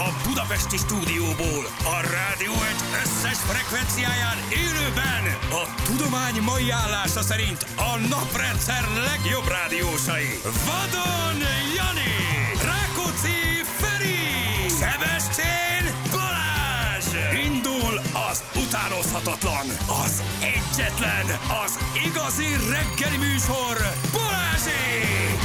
A budapesti stúdióból, a rádió egy összes frekvenciáján élőben a tudomány mai állása szerint a naprendszer legjobb rádiósai. Vadon Jani, Rákóczi Feri, Sebestyén Balázs. Indul az utánozhatatlan, az egyetlen, az igazi reggeli műsor, Balázsék!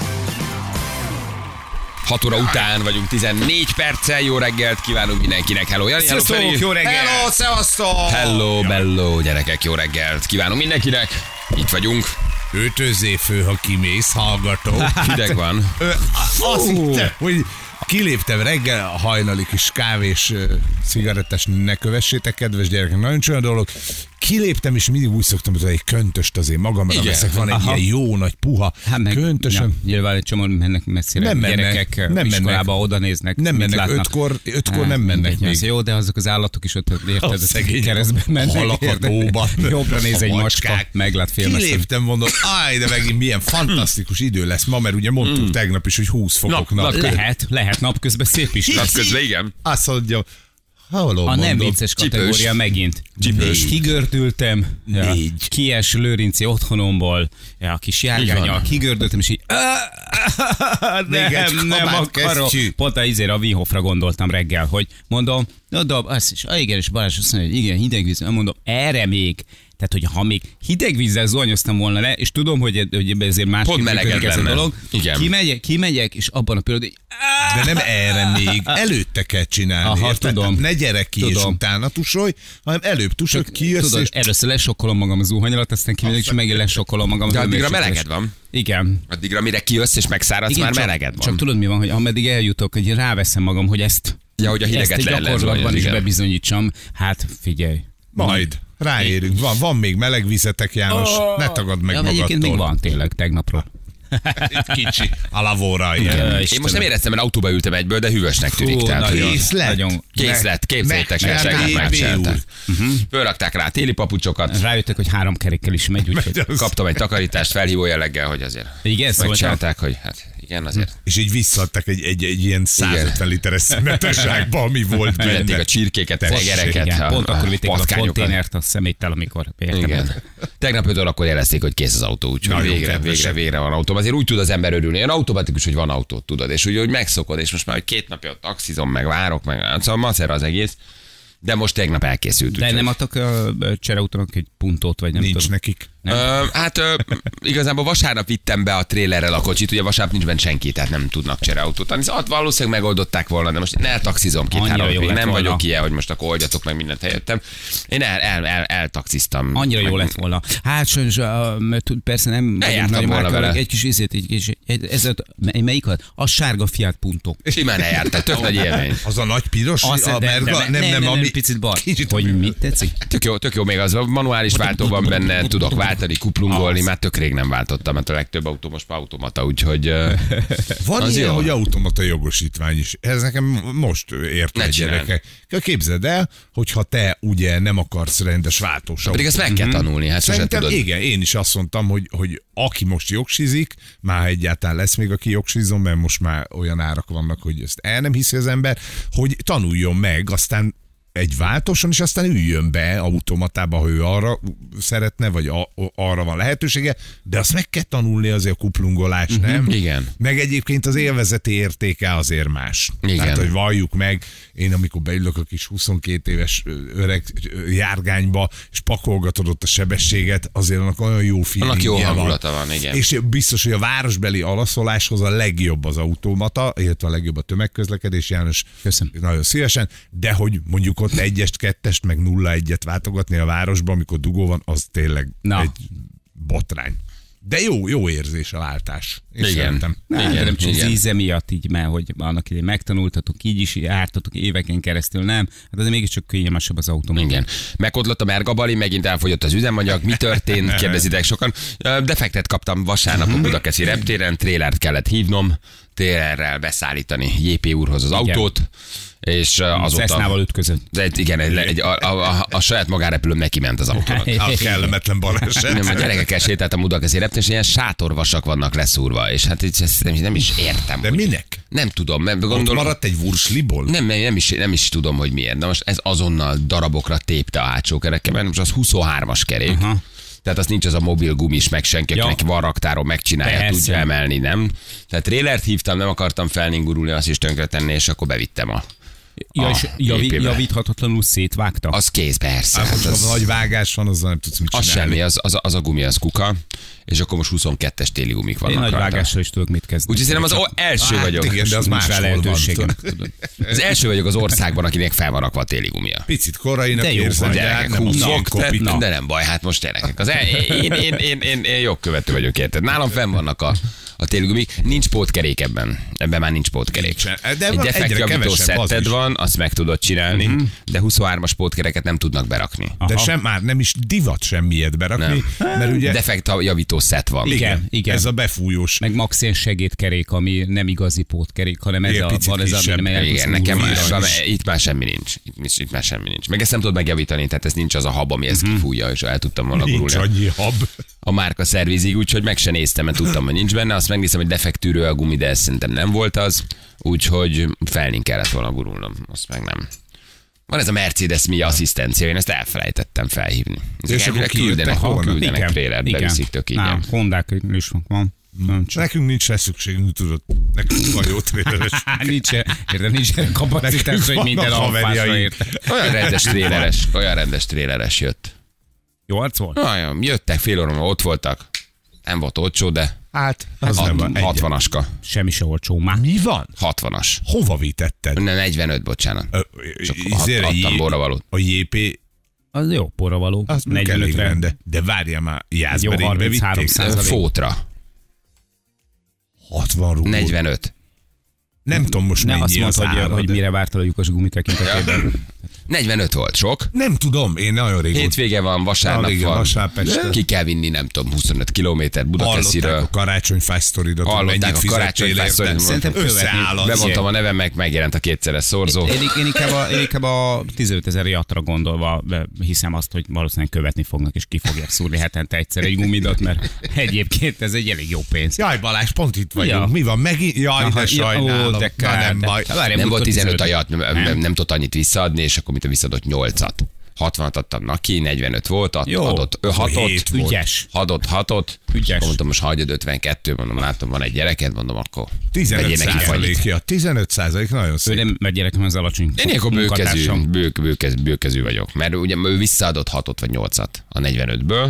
6 óra után vagyunk, 14 perccel. Jó reggelt kívánunk mindenkinek. Hello, Jani, hello, Feri. Jó reggelt. Hello, szevasztok! Hello, bello, gyerekek, jó reggelt kívánunk mindenkinek. Itt vagyunk. Öltözzé fő, ha kimész, hallgató. Hideg van. Azt hittem, hogy kiléptem reggel, a hajnali kis kávés cigarettás, ne kövessétek, kedves gyerekek, nagyon csúnya dolog. Kiléptem, és mindig úgy szoktam, hogy egy köntöst azért magamra veszek, van egy ilyen jó nagy puha köntösöm. Ja, nyilván egy csomó mennek messzire. Nem mennek, gyerekek nem iskolába mennek. oda néznek. Nem mennek, ötkor nem mennek még. Jó, de azok az állatok is ott érted, Szegény keresztben mennek. halakatóban. Jobbra néz egy macska, meglát filmesen. Kiléptem, mondom, de megint milyen fantasztikus idő lesz ma, mert ugye mondtuk tegnap is, hogy 20 fokoknak. Lehet napközben szép is. Napközben, igen. Azt mondja, A nem vicces kategória megint. Csipős. Kigördültem. Kies Lőrinci otthonomból. A kis járgánnyal kigördültem, és így nem akarom. Pont a Wiehoffra gondoltam reggel, hogy mondom, azt is, igen, és Balázs azt mondja, hogy igen, hideg víz, mondom, erre még. Tehát, hogy ha még hideg vízzel zuhanyoztam volna le, és tudom, hogy ezért másképp működik ez a dolog, kimegyek, és abban a pillanatban de nem erre még, előtte kell csinálni. Aha, tudom. Ne gyere ki, és utána tusolj, hanem előbb tusolj, kijössz. Tudod, és... először lesokkolom magam a zuhany alatt, aztán kimegyek, és megint lesokkolom magam. De addigra meleged van. Igen. Addigra mire kijössz és megszáradsz, már meleged van. Csak tudod mi van, hogy ameddig eljutok, hogy ráveszem magam, hogy ezt, hogy a hideget ezt gyakorlatban is bebizonyítsam, hát figyelj. Majd. Ráérünk. Van még meleg vízetek, János. Ne tagadd meg magadtól. Egyébként még van tényleg tegnapról. Kicsi. A lavóra. Én most nem éreztem, mert autóba ültem egyből, de hűvösnek tűnik. Készlet. Képzeljétek el, segít megcsinálták. Fölrakták rá téli papucsokat. Rájöttek, hogy 3 kerékkel is megy, úgyhogy kaptam egy takarítást felhívó jelleggel, hogy azért megcsinálták, hogy hát igen, azért. És így visszaadtak egy ilyen 150 literes szemetesságba, ami volt benne. Kivették a csirkéket, tegereket, pont akkor vitték a konténert a szeméttel, amikor igen. Tegnap 5 órakor jelezték, hogy kész az autó, úgyhogy végre van autó. Azért úgy tud az ember örülni. Olyan automatikus, hogy van autó, tudod, és úgy, hogy megszokod, és most már 2 napja ott taxizom, meg várok, meg szóval macera az egész. De most tegnap elkészült. De nem adtak csereautónak egy puntót, vagy nem nincs tudom. Nekik. Igazából vasárnap vittem be a trélerrel a kocsit, ugye vasárnap nincs benne senki, tehát nem tudnak csereautót adni. Szóval valószínűleg megoldották volna, de most én eltaxizom 2-3 évig. Nem vagyok ilyen, hogy most akkor oldjatok meg mindent helyettem. Én eltaxiztam. Annyira jó lett volna. Hát sajnos, persze nem jártam volna vele. Egy kis melyik az? A sárga Fiat Punto. Simán eljártál, tök nagy élmény. Az a nagy piros, a merga, nem, picit bar. Hogy mit tetszik? Tök jó még az a manuális váltó van benne, tudok váltani, kuplungolni, már tök rég nem váltottam, mert a legtöbb autó most automata, úgyhogy van ilyen, hogy automata jogosítvány is. Ez nekem most ért egy gyerekek. Képzeld el, hogyha te ugye nem akarsz rendes váltós autót. Pedig ezt meg kell tanulni, hát sosem tudod. Igen, én is azt mondtam, hogy aki most jogsizik, már egyáltalán lesz még, aki jogsizom, mert most már olyan árak vannak, hogy ezt el nem hiszi az ember, hogy tanuljon meg, aztán egy váltóson, és aztán üljön be automatába, ha ő arra szeretne, vagy arra van lehetősége, de azt meg kell tanulni azért a kuplungolás, nem? Igen. Meg egyébként az élvezeti értéke azért más. Igen. Tehát, hogy valljuk meg, én amikor beülök a kis 22 éves öreg járgányba, és pakolgatod ott a sebességet, azért annak olyan jó feelingje annak jó hangulata van, igen. És biztos, hogy a városbeli alaszoláshoz a legjobb az automata, illetve a legjobb a tömegközlekedés, János. Köszönöm. Nagyon szívesen, de hogy mondjuk ott 1-est, 2-est, meg 0-1-et váltogatni a városban, amikor dugó van, az tényleg egy botrány. De jó érzés a váltás. Én igen. Nem csak az íze miatt így, mert hogy annak idején megtanultatok, így is jártatok éveken keresztül, nem? Hát de mégiscsak kényelmesebb az autó. Igen. Megodlott a Mergabali, megint elfogyott az üzemanyag. Mi történt? Kérdezitek sokan. Defektet kaptam vasárnap a Budakeszi reptéren, trélert kellett hívnom, trélerrel beszállítani JP úrhoz az autót. És azóta... Cessnával ütközött. Igen, a saját magánrepülőm neki ment az autónak. A kellemetlen baleset. Nem, a gyerekekkel sétáltam Budakeszi reptéren, és ilyen sátorvasak vannak leszúrva, és hát ezt nem is értem. De hogy... minek? Nem tudom. Ott maradt egy wursliból? Nem is tudom, hogy miért. De most ez azonnal darabokra tépte a hátsó kerekemen, most az 23-as kerék. Aha. Tehát az nincs az a mobil gumis, meg senki, akinek van raktáron, megcsinálja, Persze. tudja emelni, nem? Tehát trélert hívtam, nem akartam felningurulni, azt is tönkretenni, és akkor bevittem Ja, és gépébe. javíthatatlanul szétvágta? Az kész, persze. Hát most az, ha nagy vágás van, azzal nem tudsz mit az csinálni. semmi, az a gumi, az kuka, és akkor most 22-es téli gumik vannak Én nagy rajta. vágással is tudok mit kezdeni. Úgyhogy szerintem az első vagyok. Igen, de az Nincs rá máshol lehetőségem. van. Az első vagyok az országban, akinek fel van rakva a téli gumia. Picit korainak De jó érzem, van, de hát Gyerekek, nem az ilyen kopik. de nem baj, hát most gyerekek. Én jogkövető vagyok, érted? Nálam fenn vannak a téli gumik. Nincs pótkerék ebben. Ebben már nincs pótkerék. Nincsen. De Egy van, defekt egyre javító kevesebb az szetted is. van, azt meg tudod csinálni, de 23-as pótkereket nem tudnak berakni. De sem már nem is divat semmilyet berakni, mert ugye Defekt javító szett van. Igen. ez a befújós. Meg max ilyen segédkerék, ami nem igazi pótkerék, hanem ez Igen, a, picit van ez a, kisebb. amely el tudsz Igen, nekem húzni. itt már semmi nincs. Itt már semmi nincs. Meg ezt nem tudod megjavítani, tehát ez nincs az a hab, ami ezt kifújja, és el tudtam volna Nincs gurulni annyi hab. a márka szervizig, úgyhogy meg se néztem, mert tudtam, hogy nincs benne. Azt megnéztem, hogy defektűrő a gumi, de ez szerintem nem volt az, úgyhogy felnin kellett volna gurulnom. Azt meg nem. Van ez a Mercedes Mi asszisztencia, én ezt elfelejtettem felhívni. És akkor Küldenek Igen. trélert, beviszik tök így. Nem, Hondák is van. Nem csak. Nekünk nincs rá szükségünk, tudod. Nekünk van jó tréleres. Nincs erre kapacitás, hogy minden vannak alfásra haverjaink. érte. Olyan rendes tréleres jött. Jó arc volt? Olyan, jöttek fél óra, ott voltak. Nem volt olcsó, de Hát, az nem van. 60-aska. Semmi se olcsó már. Mi van? 60-as. Hova vitetted? Nem, 45, bocsánat. Csak adtam borravalót. A JP, Az jó, porra való. az még elég 45-re. rende. De várjál már, Jó, Jászberénybe vitték. 33%. Fótra. 60 rúgó. 45. Nem tudom most Ne azt mennyi az mondd, ára. hogy de- mire vártad a lyukos gumi tekintetében. 45 volt sok. Nem tudom, én nagyon régóta. Hétvége van, vasárnap Igen, van. vasárnap este. Ki kell vinni, nem tudom, 25 kilométer Hallották Budakesziről. a karácsonyfás sztoridat, hogy Hallották mennyit a fizettél karácsonyfás érte. sztorit. Szerintem követni. Összeáll Bemondtam a nevem, meg megjelent a kétszeres szorzó. Én inkább a 15 000 jatra gondolva hiszem azt, hogy valószínűleg követni fognak, és ki fogják szúrni hetente egyszer egy gumidat, mert egyébként ez egy elég jó pénz. Jaj, Balázs, pont itt vagyunk. Ja. Mi van megint? Jaj, Aha, de sajnálom. ó, de Na, kár, nem de- baj. Várjál, Nem volt múltkor 15 a 15. jat, nem tudott annyit visszaadni, és akkor mit visszaadott 8-at. 60-at adtam neki, 45 volt, Jó. adott Akkor 6-ot, hét volt. Ügyes. adott 6-ot, Ügyes. mondtam, most hagyjad 52, mondom, látom, van egy gyereked, mondom, akkor 15 vegyél neki fagyit. százalékja. 15% nagyon Ő szép. nem, mert gyerekem az alacsony. Én ilyenkor munkatársam. bőkezű vagyok, mert ugye ő visszaadott 6-ot vagy 8-at a 45-ből,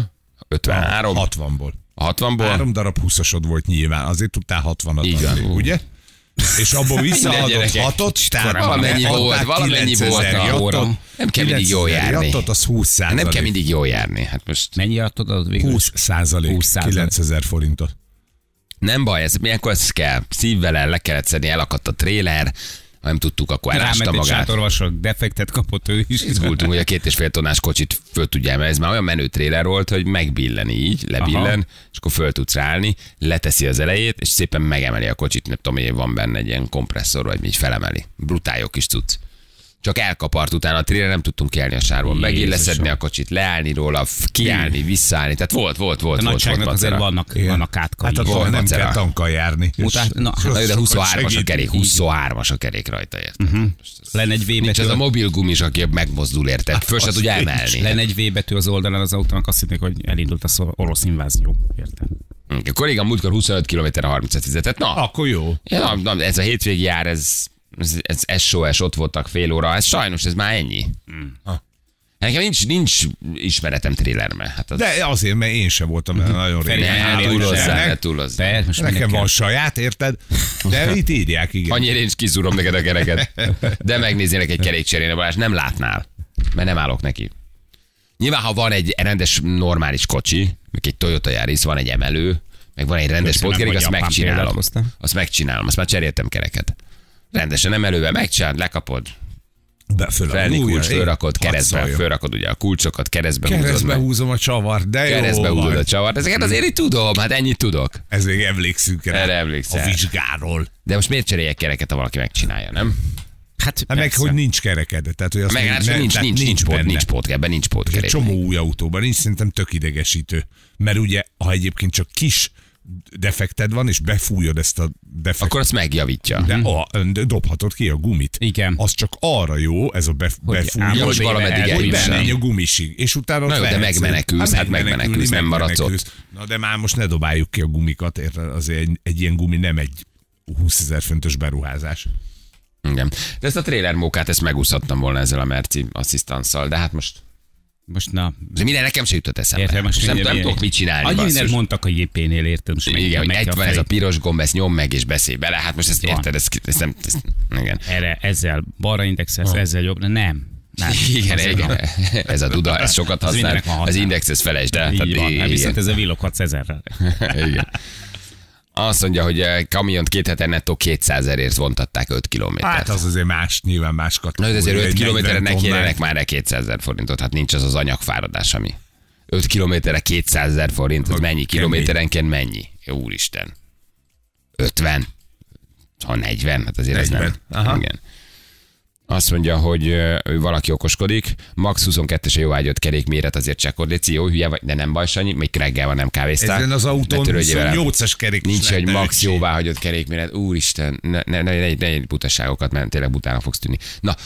53, 60-ból. a 60-ból, 3 darab 20-asod volt nyilván, azért tudtál 60-at Igen. adni, ugye? És abból visszaadott gyerekek. 6-ot, tehát Valamennyi volt, valamennyi volt a jattot. Nem kell mindig jól járni. Jattot, az 20%. nem kell mindig jól járni. Hát most Mennyi adtad az végül? 20%. 20%. 9000 forintot. nem baj, ilyenkor ez kell. Szívvel le kellett szedni, elakadt a tréler, ha nem tudtuk, akkor elásta Ráment egy magát. sátorvasok, defektet kapott ő is. Izgultunk, hogy a 2,5 tonnás kocsit föl tudja emelni. Ez már olyan menő tréler volt, hogy megbilleni így, lebillen, Aha. és akkor föl tudsz állni, leteszi az elejét, és szépen megemeli a kocsit, nem tudom, hogy van benne egy ilyen kompresszor, vagy így felemeli. Brutál jó kis cucc. Csak elkapart utána a tréler, nem tudtunk kiállni a sárból. Megint Jézusom. leszedni a kocsit, leállni róla, kiállni, visszaállni. Tehát volt. A nagyságnak azért vannak átkai. Hát akkor Volt nem macera. kell tankkal járni. Mutat- na, És Na, de sokat 23-as a segít. kerék, 23-as a kerék rajta, érted? Lenne egy V Nincs betű. az a mobil gumis, aki megmozdul, érted? Föl se az tudja nincs. emelni. Lenne egy V betű az oldalán az autónak, azt hitték, hogy elindult az orosz invázió. Érted? A kollégám múltkor 25 km 30-et fizetett. Na, Akkor jó. ja, na, ez a hétvégi jár, ez SOS, ott voltak fél óra. Ez sajnos, ez már ennyi. Nekem nincs ismeretem trélerme. Hát az... De azért, mert én sem voltam benne nagyon Feri, régen. Ne Hál' túlozzál, Istennek. ne túlozzál. Persze, most Nekem minek van kell? saját, érted? De itt írják, igen. Annyira én is kiszúrom neked a kereket. De megnéznének egy kerékcserélne, Balázs, nem látnál, mert nem állok neki. Nyilván, ha van egy rendes, normális kocsi, meg egy Toyota Yaris, van egy emelő, meg van egy rendes Köszönöm, pótkerék, hogy azt japán példát megcsinálom. hoztál. Azt már cseréltem kereket. Rendesen emelővel megcsinálod, lekapod, felni kulcs, fölrakod, keresztbe, fölrakod ugye a kulcsokat, keresztbe húzod Keresztbe meg. húzom a csavar, de jó Keresztbe húzod a van. csavart. Ezeket azért így tudom, hát ennyit tudok. Ez még emlékszünk rá. Erre emlékszel. A vizsgáról. De most miért cseréljek kereket, ha valaki megcsinálja, nem? Hát meg, hogy nincs kereked. Tehát, hogy azt Meg nincs pót, ebben nincs pót. Egy csomó új autóban nincs, szerintem tök idegesítő. Mert ugye, ha egyébként csak kis defekted van, és befújod ezt a defektet. Akkor azt megjavítja. De dobhatod ki a gumit. Igen. Az csak arra jó, ez a befújó, hogy valameddig hogy eljusson. bemenj a gumisig. És utána Na jó, de megmenekülsz, nem maradsz ott. Na de már most ne dobáljuk ki a gumikat, érted? Azért egy ilyen gumi nem egy 20 000 fontos beruházás. Igen. De ezt a trailer mókát, ezt megúszhattam volna ezzel a Merci asszisztansszal, de hát most na. De minden nekem se jutott eszembe. Értem, most nem tudok mit csinálni. Annyi mindent mondtak a JP-nél, érted? Most igen, hogy itt van ez a piros gomb, ezt nyom meg és beszélj bele. Hát most ezt érted, ezt nem... Igen. Erre, ezzel balra indexelsz, ezzel jobbra, nem. Igen. Ez a duda, ez sokat használ. Az index, ez felejtsd el. Így van, viszont ez a villoghatsz 1000-rel. Igen. Azt mondja, hogy kamiont 2 heten nettó 200 000-ért vontatták 5 kilométert. Hát az azért más, nyilván más kategória. Na, ezért 5 kilométerre ne kérjenek már 200 000 forintot, hát nincs az az anyagfáradás, ami. 5 kilométerre 200 000 forint, az mennyi? Kilométerenként mennyi? Úristen. 50? Ha 40, hát azért 40. Ez nem. Igen. Azt mondja, hogy ő valaki okoskodik, max 22-es a jóvágyott kerékméret, azért csekkord, léci, jó hülye vagy, de nem baj, Sanyi, még reggel van, nem kávéztál. Ezen az autón 28-as kerék. Nincs egy max jóváhagyott kerékméret. Úristen, ne butaságokat, mert tényleg butának fogsz tűnni. Na,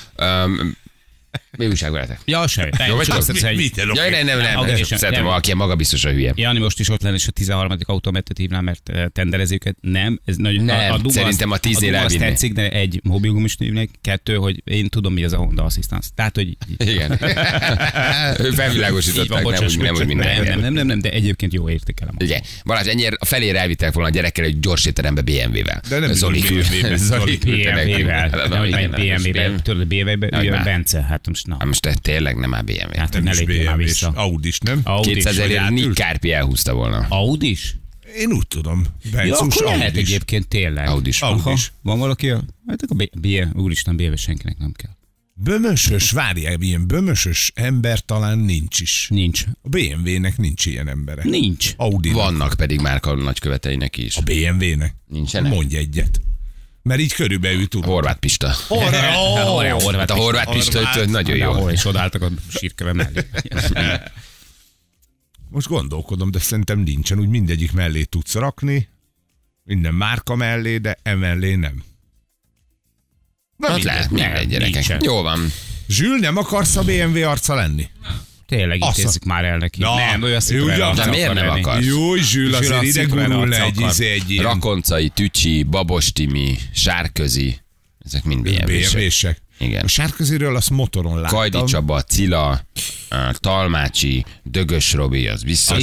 mi újság veletek? Ja, se. Jó, vagy nem. Szeretem, valaki magabiztos a hülye. Jani most is ott lenne, és a 13. autometet hívnám, mert tenderezőket. Nem, ez nagyon... Nem, szerintem a 10 ér elvinni. Tetszik, de egy mobilgumis hívnék, 2, hogy én tudom, mi az a Honda Assistance. Tehát, hogy... Igen. Felvilágosították, nem úgy minden. Nem, de egyébként jó értékelem. Igen. Balázs, ennyire a felére elvittek volna a gyerekkel egy gyors étterembe BMW-vel. De nem Zoli. BMW-vel. BMW-vel. Tudod, BMW-vel, Bence. Hát most na. Most tényleg nem áll BMW. Hát ne lépjél már vissza. Audis, nem? 200 000-ért Nick Kárpi elhúzta volna. Audis? Én úgy tudom. Ja, akkor lehet egyébként tényleg. Audis. Van valaki? Hát akkor úristen, BMW senkinek nem kell. Bömösös, várjál, ilyen bömösös ember talán nincs is. Nincs. A BMW-nek nincs ilyen embere. Nincs. Audinak. Vannak pedig már nagyköveteinek is. A BMW-nek? Nincsenek? Mondj egyet. Mert így körülbelül tudom. Horváth Pista. Hát a Horváth Pista nagyon jó. És odaálltak a sírköve mellé. Most gondolkodom, de szerintem nincsen. Úgy mindegyik mellé tudsz rakni. Minden márka mellé, de emellé nem. Hát lehet, mindegy gyerekek. Jó van. Zsül, nem akarsz a BMW arca lenni? Tényleg intézzük már el neki. Na, nem, ő azt de miért nem akarsz? Jó, Zsül, azért ide gurulna egy ilyen. Rakoncai, Tücsi, Babostimi, Sárközi, ezek mind BMW-sek. Igen. A Sárköziről azt motoron láttam. Kajdi Csaba, Cilla, Talmácsi, Dögös Robi, az biztos.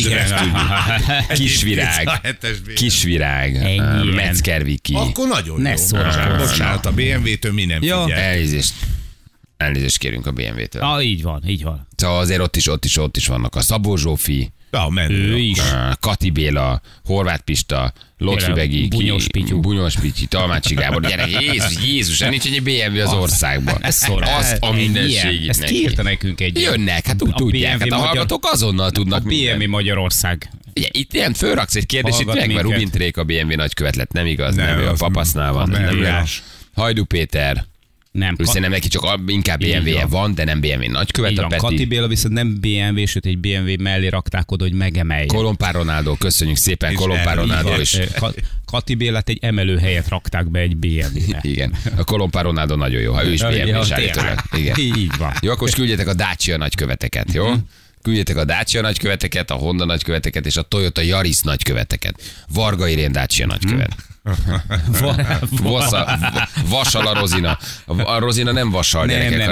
Kisvirág, Metzger Viki. Akkor nagyon ne jó. Bocsánat, a BMW-től mi nem figyel. Elnézést kérünk a BMW-től. Így van. Szóval azért ott is vannak a Szabó Zsófi, ő is. Kati Béla, Horváth Pista, Lotfi Begi, Bunyos Pityi, Talmácsi Gábor, gyerek, Jézus, nincs egy BMW az országban. Azt a mindenségét. Ezt kiírta nekünk egy. Jönnek, hát úgy tudják, hát a hallgatók azonnal tudnak. A BMW Magyarország. Ugye, itt ilyen fölraksz egy kérdést, itt meg, mert Rubin Trék a BMW nagykövet lett, nem igaz, nem ő a papasznál van. Nem Hajdú Péter. Nem. Szerintem neki csak inkább BMW-je van, de nem BMW nagykövet a Peti. Kati Béla viszont nem BMW, sőt egy BMW mellé rakták oda, hogy megemelje. Kolompár Ronaldo, köszönjük szépen, Kolompár Ronaldo is. Kati Bélát egy emelő helyet rakták be egy BMW-be. Igen, a Kolompár Ronaldo nagyon jó, ha ő is BMW-s állítólag. Így van. Jó, akkor most küldjetek a Dacia nagyköveteket, jó? Küldjetek a Dacia nagyköveteket, a Honda nagyköveteket és a Toyota Yaris nagyköveteket. Varga Irén Dacia nagykövet. Vassal a Rozina. A Rozina nem vassal, gyerekek.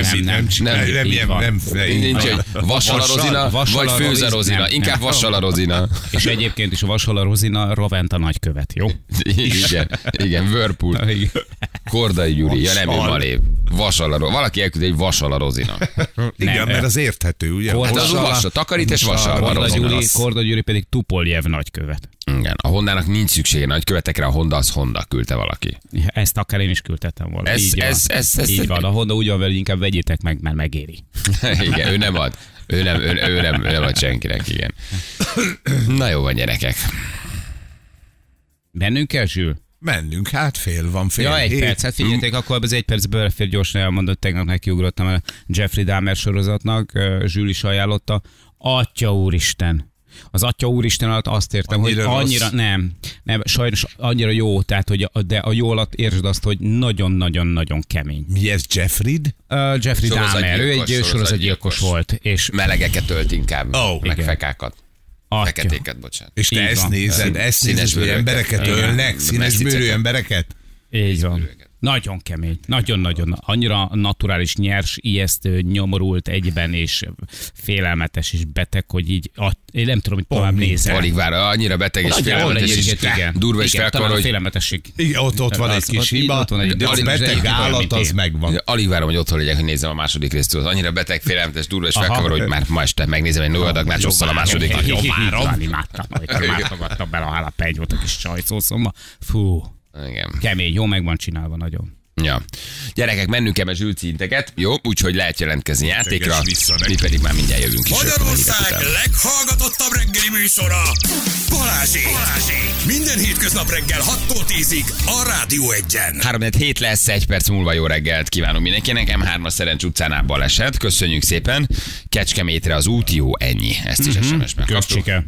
Nem. Nincs, hogy vassal a Rozina, vagy főz a Rozina. Inkább vassal a Rozina. És egyébként is a vassal a Rozina Raventa nagykövet, jó? Igen, Whirlpool. Kordai Gyuri, ja nem ő Malév. Valaki elküld egy vassal a Rozina. Igen, mert az érthető, ugye? Takarítás vassal a Rozina. Korda Gyuri pedig Tupoljev nagykövet. Igen, a Hondának nincs szüksége nagykövetekre, a Honda az Honda, küldte valaki. Ezt akár én is küldtettem volna. Így van, a Honda úgy van, hogy inkább vegyétek meg, mert megéri. Igen, ő nem ad. Ő nem ad senkinek, igen. Na jó van, gyerekek. Bennünk kell, Zsül? Mennünk, hát fél Ja, egy hét. perc, hát figyeljetek, akkor az egy percből belefér, gyorsan elmondott, tegnap nekiugrottam a Jeffrey Dahmer sorozatnak, Zsül is ajánlotta. Atya úristen. Az Atya úristen alatt azt értem, Annyira hogy annyira, rossz. nem, sajnos annyira jó, tehát, hogy de a jó alatt értsd azt, hogy nagyon-nagyon-nagyon kemény. Mi ez, Jeffrey? Jeffrey Dahmer, ő egy sorozatgyilkos volt, és Melegeket tölt inkább, meg igen. fekákat. Atya. Feketéket, bocsánat. És te Így ezt van. nézed, Színes hogy bőrűeket. embereket Igen. ölnek, színes bőrű Meszticeket. embereket? Így van. Nagyon kemény. Nagyon-nagyon. Annyira naturális, nyers, ijesztő, nyomorult egyben, és félelmetes és beteg, hogy így, én nem tudom, hogy tovább nézel. Alig vár, annyira beteg és félelmetes és durva és talán a felakar, hogy félelmetesség. Igen, ott van egy kis hiba, de az beteg állat az megvan. alig várom, hogy otthon legyek, hogy nézzem a második részt. Az annyira beteg, félelmetes, durva és Aha. felakar, hogy már ma este megnézem egy Noadagnál csosszal a második részt. Imádtam, amikor mátogattam bele a hálapegyót a kis sajtszószomba. Fú, Igen. kemény, jó meg van csinálva nagyon. Ja. Gyerekek, mennünk kell, mert zsülci inteket. Jó, úgyhogy lehet jelentkezni játékra. vissza neki. Mi pedig már mindjárt jövünk is. Magyarország leghallgatottabb reggeli műsora, Balázsék. Minden hétköznap reggel 6-tól 10-ig a Rádió 1-en. 3-7 lesz, 1 perc múlva jó reggelt kívánunk mindenkinek. M3-as Szerencs utcánál baleset. Köszönjük szépen. Kecskemétre az út, jó, ennyi. Ezt is SMS-ben kaptuk. Köszcsike.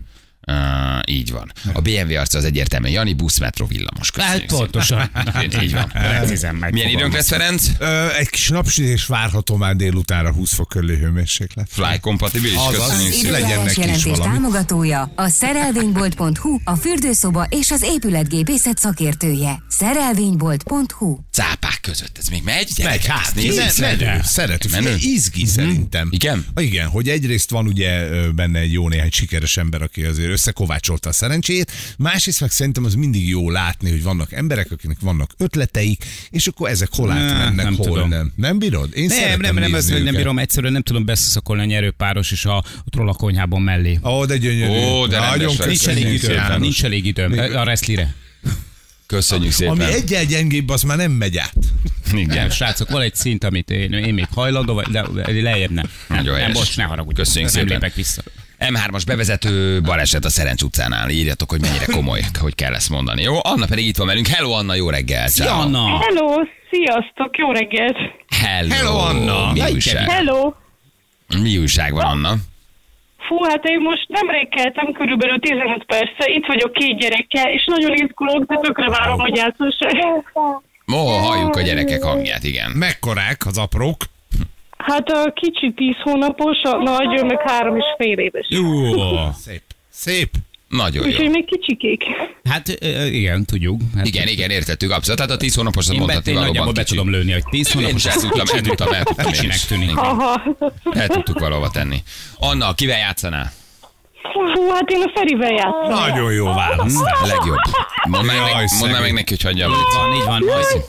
Így van. A BMW arca az egyértelműen Jani, busz, metró, villamos. Hát Köszönjük pontosan. szépen. Így van. Precízen Milyen időnk lesz, Ferenc? Egy kis napsütés várható már délutánra 20 fok körüli hőmérséklet. Fly kompatibilis, Azaz. köszönjük Az szépen. legyen időjárás neki is jelentés valami. támogatója a szerelvénybolt.hu, a fürdőszoba és az épületgépészet szakértője. Szerelvénybolt.hu. Cápák között, ez még megy? Megy, Gyerekek, hát, ezt nézzük. szerető. Menő? Izgi szerintem. Igen? Igen, hogy egyrészt van ugye benne egy jó néhány sikeres ember, aki azért összekovácsolta a szerencsét, másrészt meg szerintem az mindig jó látni, hogy vannak emberek, akiknek vannak ötleteik, és akkor ezek hol átmennek, nem hol tudom. nem. Nem bírod? Én szeretem Nem, nézni nem őket. bírom, egyszerűen nem tudom beszaszakolni a nyerőpáros és a trollakonyhában mellé. Ó, de gyönyörű. Ó, de rendes Nagyon vagy. Nincs elég köszönjük, időm, János. nincs elég időm. A wrestlire. Köszönjük szépen. Ami egyel gyengébb, az már nem megy át. Igen. Srácok, van egy szint, amit én még hajlandó, vagy lejjebb nem. Nagyon Nem, helyes. most ne haragudj. Köszönjük nem szépen. lépek vissza. M3-as bevezető baleset a Szerencs utcánál. Írjatok, hogy mennyire komoly, hogy kell ezt mondani. Jó, Anna pedig itt van velünk. Hello, Anna, jó reggel. Szia, Ciao. Anna! Hello, sziasztok, jó reggelt! Hello, Anna. Mi újság? Hello! Mi újság van, Anna? Fú, hát én most nemrég keltem, körülbelül 15 perce, itt vagyok 2 gyerekkel, és nagyon izgulok, de tökre várom, hogy játszóság. Halljuk a gyerekek hangját, igen. Mekkorák az aprók? Hát a kicsi 10 hónapos, a nagy, ő meg 3,5 éves. Jó. Szép. Szép. Nagyon jó. Úgyhogy még kicsikék. Hát igen, tudjuk. Hát, Igen, értettük abszolút. Tehát a 10 hónapos azt Én mondhatni nagyjából valóban be kicsi. tudom lőni, hogy 10 Én is hónapos. el tudtam én Kicsinek is. tűnik. Igen. Aha. El tudtuk valahova tenni. Anna, kivel játszanál? Fú, hát én a Ferivel játszom. Nagyon jó válasz. Legjobb. Mondd már Jaj, meg szegény. neki, hogy hagyja. Így van.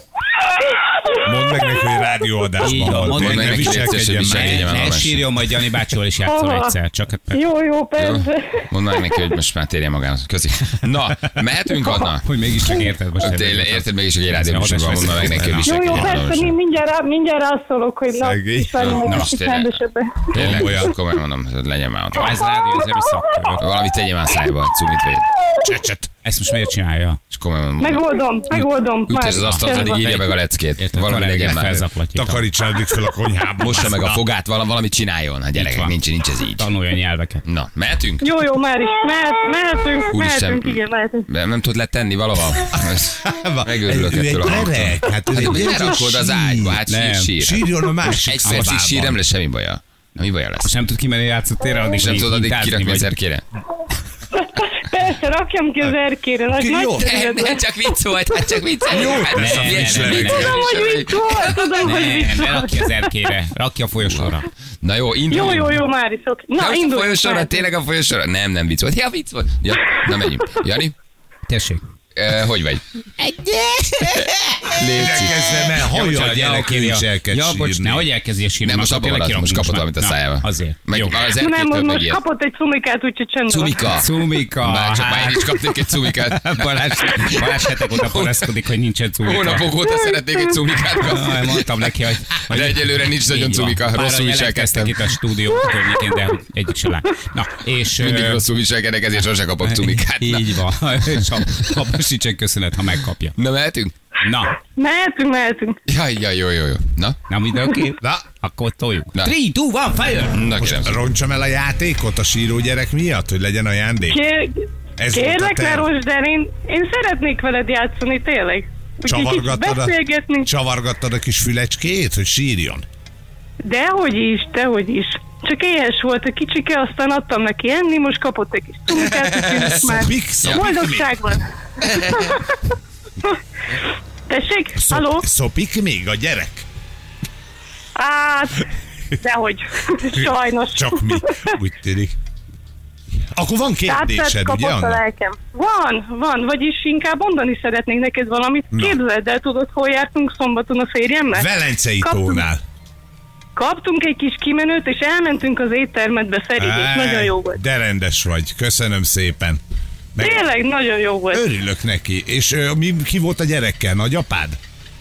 Mondd meg neki, hogy Így rádióadásban van, van. mondd meg Ne neki, viselkedjen viselkedjen meg. meg. Ne sírjon, majd Jani bácsival is játszol egyszer. Csak Jó, persze. Mondd meg neki, hogy most már térjen magához. Köszi. Na, mehetünk, Anna? hogy mégiscsak érted most. Tényleg, érted meg is, hogy egy rádióműsorban mondd meg neki, hogy Jó, viselkedjen. persze, én mindjárt rászólok, hogy na, Szegény. ismerjünk Na, egy kicsit tényleg. rendesebben. Tényleg, Komolyan. komolyan mondom, legyen már ott. Ez rádió, ez nem is szakkör. Valamit tegyél már szájba, cumit vagy. Csecset. Ezt most miért csinálja? És komolyan mondom. Megoldom. Ütes az asztalt, Már. addig írja meg a leckét. Érted? Valami legyen már. Felzaklatja. Takarítsa addig fel a konyhába. Mossa meg a fogát, valamit csináljon. Hát gyerekek, van. nincs ez így. Tanulja nyelveket. Na, mehetünk? Jó, már is. Mehetünk, igen, mehetünk. Nem tud letenni valahol? Megőrülök Ő egy ettől a hangtól. gyerek, hát ő Hát egy akkor gyerek, berakod az ágyba, hát Nem. sír. Sírjon a másik Egy percig sír, nem szobában. lesz semmi baja. Na, mi baja lesz? Most nem tud kimenni játszótérre, addig És nem tudod addig hintázni kirakni vagy. az erkére? Persze, rakjam ki az erkére. Nagy Jó. Nem, csak vicc volt, hát csak vicc. Jó, Tudom, hogy vicc volt, tudom, hogy vicc Ne volt. rakj az erkére, rakj a folyosóra. Na jó, indulj. Jó, már is ott. Na, Nem, a indulj. folyosóra, tényleg a folyosóra? Nem vicc volt. Ja, vicc volt. Ja, na menjünk. Jani, Tessék. hogy vagy? Kezdve, mert hallja a gyerek, ő is elkezd Ja, bocs, sírni. nehogy elkezdje sírni. Nem, most abban maradt, most kapott valamit a szájába. Azért. Jó. Az Nem, RTL-től most megijedt. kapott egy cumikát, úgyhogy csendben. Cumika. Cumika. Már csak már én is kapnék egy cumikát. Balázs hetek óta paraszkodik, hogy nincsen cumika. Hónapok óta szeretnék egy cumikát kapni. Mondtam neki, hogy... De egyelőre nincs nagyon Így van. cumika. Bár Rosszul jelentkeztek viselkedtem. itt a stúdió környékén, de egyik se lát. Na, és... Mindig rosszul viselkedek, ezért sose kapok cumikát. Na. Így van. És abban sincsen köszönet, ha megkapja. Na, mehetünk? Na, Mehetünk. Jaj, jó. Na? na minden oké? Na, Akkor toljuk. Na. 3, 2, 1, fire! Na, kérem. roncsam el a játékot a síró gyerek miatt, hogy legyen ajándék. Ez volt a Kérlek, ne terv. rossz, de én szeretnék veled játszani, tényleg. Úgyhogy kicsit beszélgetni. Csavargattad a kis fülecskét, hogy sírjon? Dehogy is. Csak éhes volt a kicsike, aztán adtam neki enni, most kapott egy kis cumikát, úgyhogy most már Szopik? boldogság van. Tessék? Halló? Szopik még a gyerek? Hát, dehogy. Sajnos. Csak mi? Úgy tűnik. Akkor van kérdésed, kapott ugye, a Anna? lelkem. Van, vagyis inkább mondani szeretnék neked valamit. Na. Képzeld el, tudod, hol jártunk szombaton a férjemmel? Velencei Kaptunk. tónál. Kaptunk egy kis kimenőt, és elmentünk az éttermetbe szeridés. Nagyon jó volt. De rendes vagy, köszönöm szépen. Tényleg nagyon jó volt. Örülök neki. És ki volt a gyerekkel? Nagyapád?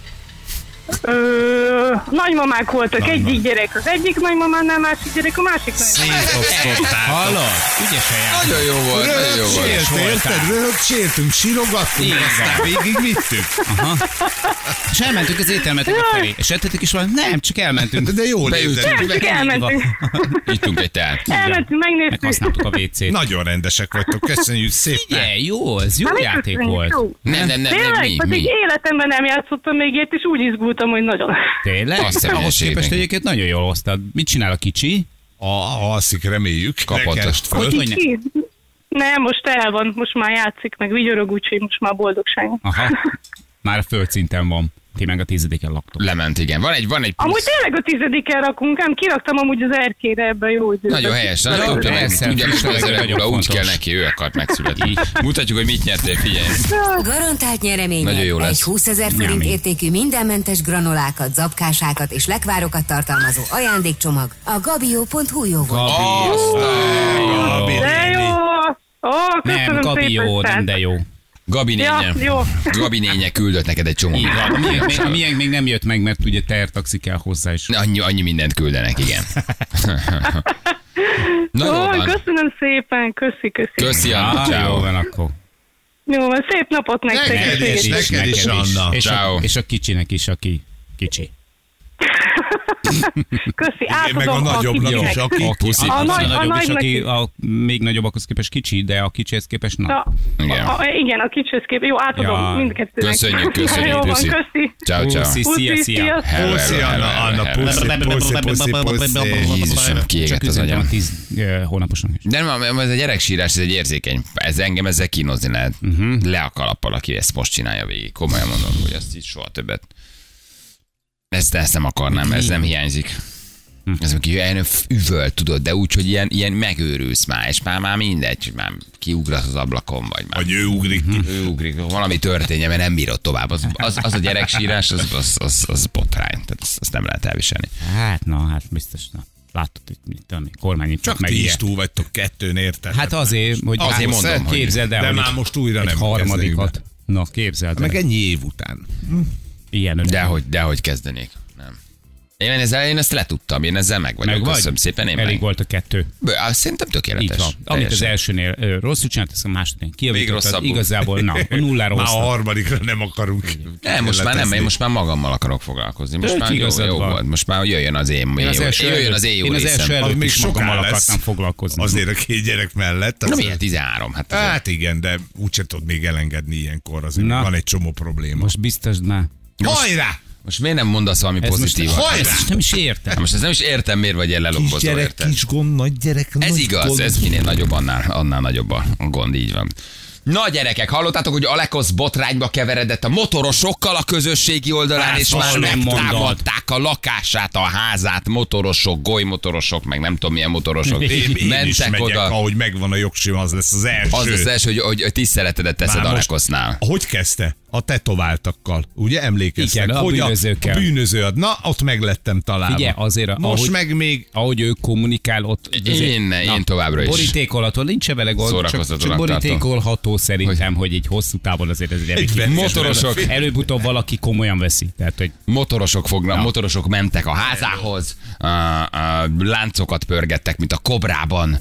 Nagymamák voltak, egyik gyerek az egyik nagymamánál, másik gyerek a másik nagymamánál. Szétosztották. Hallod? Ügyesen jár. Nagyon jó volt, nagyon jó volt. Érted? Röhögsértünk, sírogattunk, Igen. aztán végigvittük. És elmentünk az éttermetek felé. És ettetek is valami? Nem, csak elmentünk. De jól Beültünk. érted. Csak elmentünk. Ittunk egy teát. Elmentünk, megnéztük. Meghasználtuk a WC-t. Nagyon rendesek vagytok, köszönjük szépen. Figyelj, jó, ez jó Hát mit játék köszönjük, volt. jó. Nem, Tényleg, mi? pedig életemben nem játszottam még ilyet, és úgy izgultam, hogy nagyon. Tényleg? Azt hiszem, Ahhoz hülyeségnek. képest egyébként nagyon jól hoztad. Mit csinál a kicsi? Alszik, reméljük. Kapott Neked est. föl. Hogy ne? Ki? Nem, most el van, most már játszik, meg vigyorog, úgyhogy most már boldogság. Aha, már a földszinten van. Ti meg a 10-en laktok. Lement, igen. Van egy Amúgy plusz. tényleg a 10-en rakunk, ám kiraktam amúgy az erkére ebben jó időben. Nagyon helyes, nagyon Nagyon tudja meg, persze, tudja meg, friss hogy az nagyon öreg ura úgy fontos. kell neki, ő akart megszületni. Mutatjuk, hogy mit nyertél, figyelj. Garantált nyereménye Nagyon jó lesz. egy 20 000 forint Nyámi. értékű mindenmentes granolákat, zabkásákat és lekvárokat tartalmazó ajándékcsomag a gabio.hu jó volt. Gabi De néni. jó! Ó, Nem, köszönöm Gabi szépen, jó, nem Szent. de jó. Gabi Ja, nénye. jó. Gabi nénye küldött neked egy csomó. Így van. A miénk még nem jött meg, mert ugye tertaxi kell hozzá is. Annyi mindent küldenek, igen. Na jó Ó, van. köszönöm szépen, köszi. Köszi, Anna, Jó ciao. van akkor. Jó, van, szép napot nektek. Neked is, Köszönjük. neked is, Anna. Ciao. És a kicsinek is, aki kicsi. Köszi, Meg a átadom a nagyobbnak kicsinek. is, aki... Puszi. A nagy- nagyobb is, nagynak aki is. a még nagyobbakhoz képest kicsi, de a kicsihez képest na. Igen. Igen, a kicsihez kép. Jó, átadom Ja. mindkettőnek. Köszönjük, Jó van, puszi. köszi. Ciao, ciao. Puszi, szia, Puszi, szia. sziasztok. Hello, Puszi, hello, Anna, hello, Anna, hello. puszi. Jézusom, kiégett az agyam. A 10 hónaposnak is. De nem, ez a gyereksírás, ez egy érzékeny. Ez engem ezzel kínozni lehet. Le a kalappal, aki ezt most csinálja végig. Komolyan mondom, hogy ezt így soha többet. Ezt nem akarnám, ez nem hiányzik. Ez aki ilyen üvöl, tudod, de úgy, hogy ilyen megőrülsz már, és már mindegy, hogy már kiugrasz az ablakon, vagy már Vagy ő ugrik ki. ő ugrik, valami történje, mert nem bírod tovább. Az a gyereksírás, az botrány, tehát azt nem lehet elviselni. Hát biztos. Na. Látod, hogy mit tudom, kormány Csak meg ti is ilyen. túl vagytok kettőn, érted? Hát azért, hogy Azért mondom, hogy- képzeld el, De hogy már egy- most újra egy nem harmadikat. Na, képzeld el. Meg ennyi év után. Ilyen öreg. Dehogy kezdenék. Nem. Én ezt letudtam, én ezzel meg vagyok. Meg vagy? Köszönöm szépen, én Elég meg. volt a 2. Szerintem Így tökéletes. van. Amit az Teljesen. elsőnél rosszul csinált, azt a másodiknél kijavítottad. rosszabbul. Igazából, na, a nullára Már a hoztad. harmadikra nem akarunk. Nem, most már nem, én most már magammal akarok foglalkozni. Most már igazad jó van. volt. Most már jöjjön az én Én az első jó részem. Az előtt még is magammal soká lesz. akartam foglalkozni. Azért a 2 gyerek mellett. Na az- milyen 13? Hát azért. Hát igen, de úgyse tudod még elengedni ilyenkor, azért Na. van egy csomó probléma. Most biztos már. Hajrá! Most miért nem mondasz valami Ez most, pozitívat? hajrá! ezt nem is értem. Most ez nem is értem, miért vagy ilyen lelombozó, Kisgyerek, érted? kis gond, nagy gyerek, Ez nagy igaz, gond. ez minél nagyobb, annál nagyobb a gond, így van. Na gyerekek, hallottátok, hogy Alekosz botrányba keveredett a motorosokkal a közösségi oldalán, Hát, és már nem mondod. megtámadták a lakását, a házát, motorosok, golymotorosok, meg nem tudom milyen motorosok. Én is Mentek megyek, oda. ahogy megvan a jogsim, az lesz az első. Az lesz az első, hogy tiszteletedet teszed Már most- Alekosznál. Hogy kezdte? a tetováltakkal. Ugye emlékeztek? Igen, a hogy bűnözőkkel. A bűnöző, na ott meg lettem találva. Figyelj, azért, most ahogy, meg még... ahogy ő kommunikál, ott... Én továbbra is. Borítékolható, nincs vele gond, csak borítékolható szerintem, hogy egy hosszú távon azért ez egy motorosok. Előbb-utóbb valaki komolyan veszi. Tehát, hogy Motorosok mentek a házához, láncokat pörgettek, mint a Kobrában,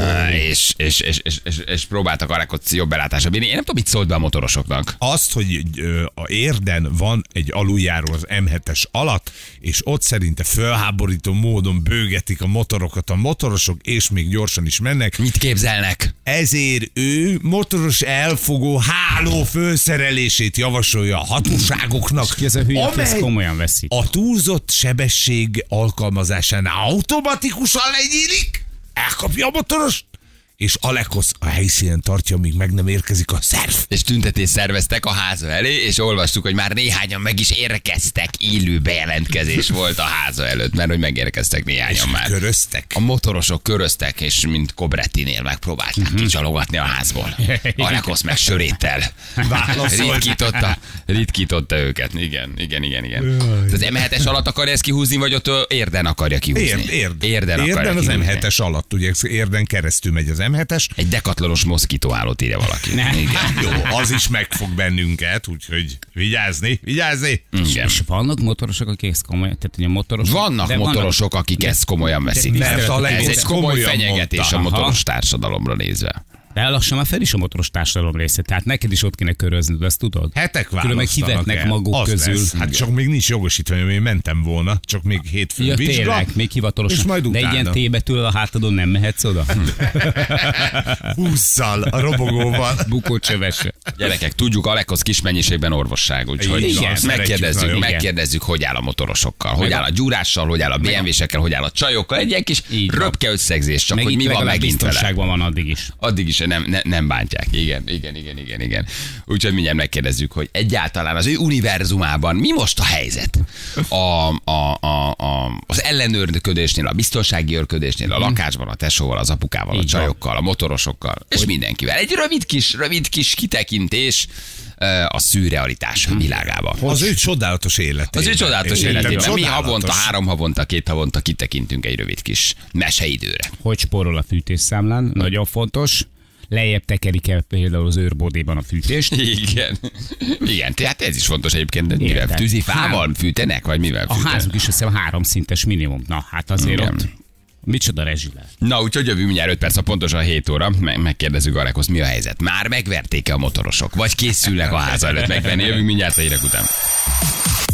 és próbáltak Alekot jobb belátásra bírni. Én nem tudom, mit szólt be a motorosoknak. Azt, hogy a Érden van egy aluljáró az M7-es alatt, és ott szerinte fölháborító módon bőgetik a motorokat a motorosok, és még gyorsan is mennek. Mit képzelnek? Ezért ő motoros elfogó háló fölszerelését javasolja a hatóságoknak, ez a hülye, ezt komolyan veszi. a túlzott sebesség alkalmazásánál automatikusan legyílik, elkapja a motorost, és Alekosz a helyszínen tartja, míg meg nem érkezik a szerv. És tüntetést szerveztek a háza elé, és olvastuk, hogy már néhányan meg is érkeztek, élő bejelentkezés volt a háza előtt, mert hogy megérkeztek néhányan És már. köröztek. A motorosok köröztek, és mint Cobrettinél megpróbálták kicsalogatni a házból. Alekosz meg söréttel ritkította őket. Igen. Az M7-es alatt akarja ezt kihúzni, vagy ott Érden akarja kihúzni? Érden az kihúzni. M7-es alatt, ugye Érden keresztül megy az M7-es. Egy dekatlonos moszkítóhálót írja valaki. Igen. Jó, az is megfog bennünket, úgyhogy vigyázni. Igen. És vannak motorosok, akik ezt komolyan, tehát hogy a motorosok... Vannak motorosok, akik ezt komolyan veszik. Mert a Ez egy komoly komolyan fenyegetés mondta. a motoros társadalomra nézve. De lassan már fel is a motoros társadalom része, tehát neked is ott kéne köröznöd, ezt tudod? Hetek Különben választanak hivetnek el. maguk Az közül. lesz. Hát csak még nincs jogosítványom, én mentem volna, csak még hétfőn Ja, vizsga. tényleg, még hivatalosan. És majd de utána. ilyen tébetől a hátadon nem mehetsz oda? 20-szal, a robogóval. Bukócsövesse. Gyerekek, tudjuk, Alekosz kis mennyiségben orvosság, úgyhogy Igen, megkérdezzük, hogy áll a motorosokkal, hogy áll a gyúrással, hogy áll a BMW-sekkel, hogy áll a csajokkal. Egy ilyen kis Így van. röpke összegzés, csak Meg hogy itt mi van legalább megint vele. biztonságban van addig is. Addig is nem bántják. Igen. Úgyhogy mindjárt megkérdezzük, hogy egyáltalán az ő univerzumában mi most a helyzet? Az ellenőrködésnél, a biztonsági őrködésnél, a lakásban, a tesóval, az apukával, a Így van. csajokkal, a motorosokkal, és mindenkivel. Egy rövid kis kitekintés a szürrealitás világába. Az ő csodálatos életében. Az ő csodálatos életében. Mi Csodálatos. 3 havonta, 2 havonta kitekintünk egy rövid kis meseidőre. Hogy spórol a fűtésszámlán, nagyon fontos. Lejjebb tekerik el például az őrbódéban a fűtést. Igen, tehát ez is fontos egyébként. Mivel Érted. tűzifával fűtenek, vagy mivel A fűtenek? házuk is azt hiszem 3 szintes minimum. Na, hát azért Igen. ott micsoda rezsi lehet. Na, úgyhogy jövünk mindjárt 5 perc, a pontosan 7 óra. Megkérdezzük Alekhoz, mi a helyzet. Már megverték-e a motorosok? Vagy készülnek a ház előtt megvenni? Jövünk mindjárt a hírek után.